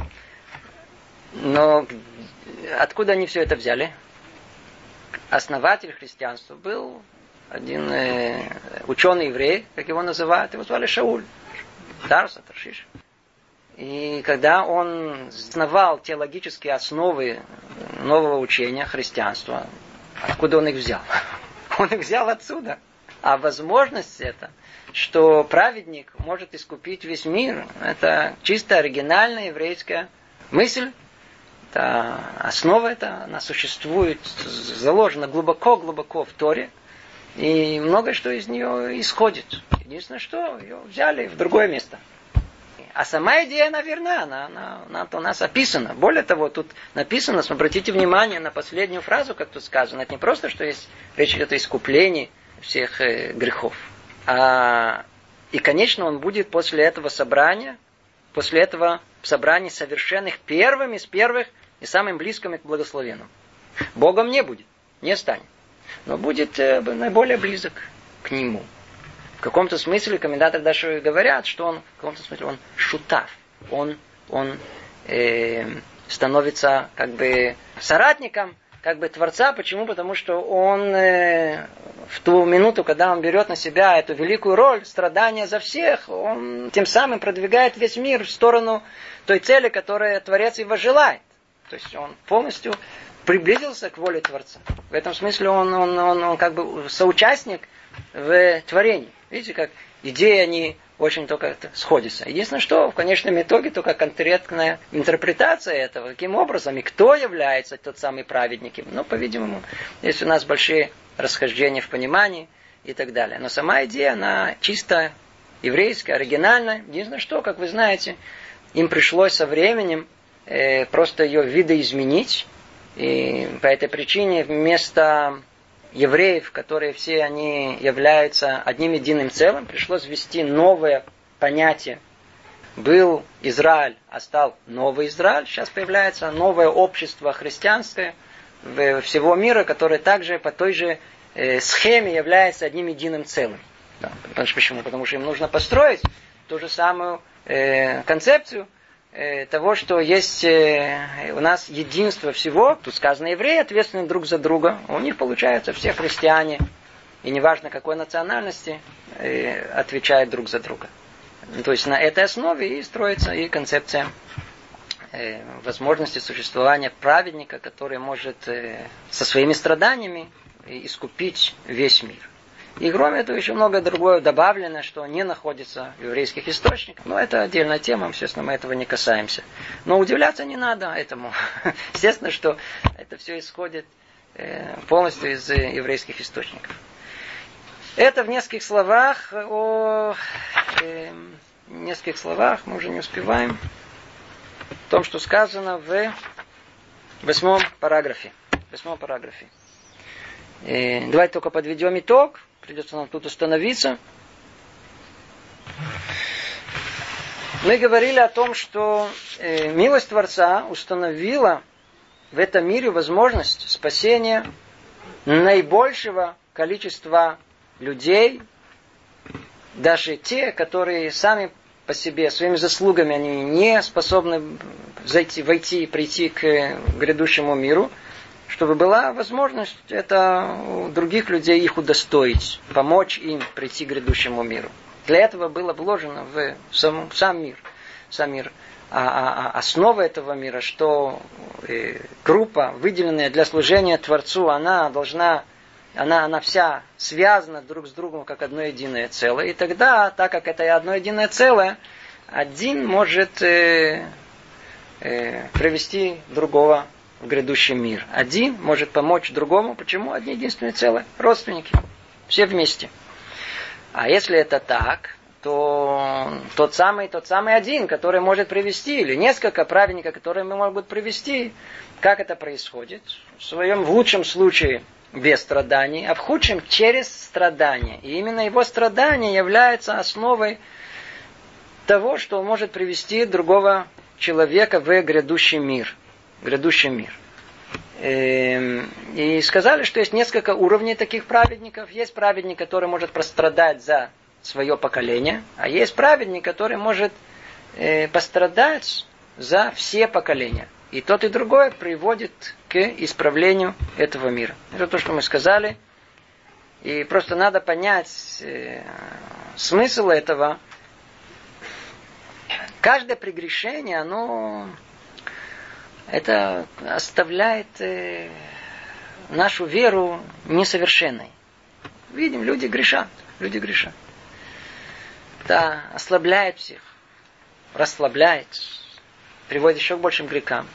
Speaker 1: Но откуда они все это взяли? Основатель христианства был один ученый-еврей, как его называют, его звали Шауль. Тарса, Таршиш. И когда он знавал теологические основы нового учения христианства, откуда он их взял? Он их взял отсюда. А возможность это, что праведник может искупить весь мир, это чисто оригинальная еврейская мысль. Это основа эта, она существует, заложена глубоко-глубоко в Торе. И многое что из нее исходит. Единственное, что ее взяли в другое место. А сама идея, она верна, она у нас описана. Более того, тут написано, обратите внимание на последнюю фразу, как тут сказано. Это не просто, что есть речь идет о искуплении всех грехов. И, конечно, он будет после этого собрания совершенных первым из первых и самым близким к благословенному. Богом не будет, не станет. Но будет наиболее близок к нему. В каком-то смысле комментаторы даже говорят, что он в каком-то смысле он шутав. Он становится как бы соратником как бы Творца. Почему? Потому что он в ту минуту, когда он берет на себя эту великую роль страдания за всех, он тем самым продвигает весь мир в сторону той цели, которую Творец его желает. То есть он полностью приблизился к воле Творца. В этом смысле он как бы соучастник в творении. Видите, как идеи, они очень только сходятся. Единственное, что в конечном итоге только конкретная интерпретация этого, каким образом и кто является тот самый праведник. Ну, по-видимому, есть у нас большие расхождения в понимании и так далее. Но сама идея, она чисто еврейская, оригинальная. Единственное, что, как вы знаете, им пришлось со временем просто ее видоизменить. И по этой причине вместо евреев, которые все они являются одним единым целым, пришлось ввести новое понятие. Был Израиль, а стал новый Израиль. Сейчас появляется новое общество христианское всего мира, которое также по той же схеме является одним единым целым. Да, почему? Потому что им нужно построить ту же самую концепцию того, что есть у нас единство всего. Тут сказано, евреи ответственны друг за друга. У них, получается, все христиане, и неважно какой национальности, отвечают друг за друга. То есть на этой основе и строится и концепция возможности существования праведника, который может со своими страданиями искупить весь мир. И кроме этого еще многое другое добавлено, что не находится в еврейских источниках. Но это отдельная тема, естественно, мы этого не касаемся. Но удивляться не надо этому. Естественно, что это все исходит полностью из еврейских источников. Это в нескольких словах, мы уже не успеваем, о том, что сказано в 8 параграфе. Давайте только подведем итог. Придется нам тут остановиться. Мы говорили о том, что милость Творца установила в этом мире возможность спасения наибольшего количества людей, даже те, которые сами по себе, своими заслугами, они не способны войти и прийти к грядущему миру, чтобы была возможность это у других людей их удостоить, помочь им прийти к грядущему миру. Для этого было вложено в сам мир. Основа этого мира, что группа, выделенная для служения Творцу, она вся связана друг с другом как одно единое целое. И тогда, так как это одно единое целое, один может привести другого в грядущий мир. Один может помочь другому. Почему? Одни единственные целые. Родственники. Все вместе. А если это так, то тот самый один, который может привести, или несколько праведников, которые могут привести. Как это происходит? В лучшем случае без страданий, а в худшем через страдания. И именно его страдание является основой того, что может привести другого человека в грядущий мир. И сказали, что есть несколько уровней таких праведников. Есть праведник, который может пострадать за свое поколение, а есть праведник, который может пострадать за все поколения. И тот, и другой приводит к исправлению этого мира. Это то, что мы сказали. И просто надо понять смысл этого. Каждое прегрешение, это оставляет нашу веру несовершенной. Видим, люди грешат. Да, ослабляет всех, расслабляет, приводит еще к большим грехам.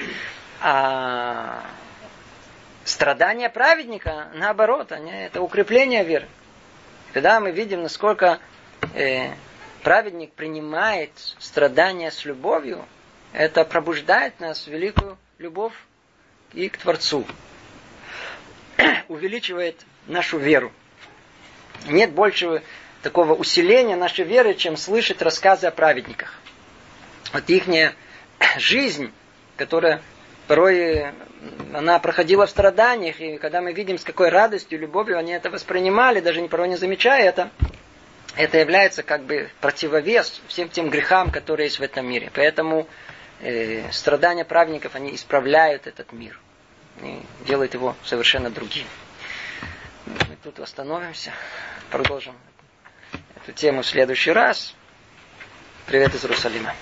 Speaker 1: А страдания праведника, наоборот, это укрепление веры. Когда мы видим, насколько праведник принимает страдания с любовью, это пробуждает нас в великую любовь и к Творцу. Увеличивает нашу веру. Нет большего такого усиления нашей веры, чем слышать рассказы о праведниках. Вот их жизнь, которая порой она проходила в страданиях, и когда мы видим, с какой радостью, любовью они это воспринимали, даже порой не замечая это является как бы противовес всем тем грехам, которые есть в этом мире. Поэтому страдания праведников, они исправляют этот мир и делают его совершенно другим. Мы тут остановимся, продолжим эту тему в следующий раз. Привет из Иерусалима.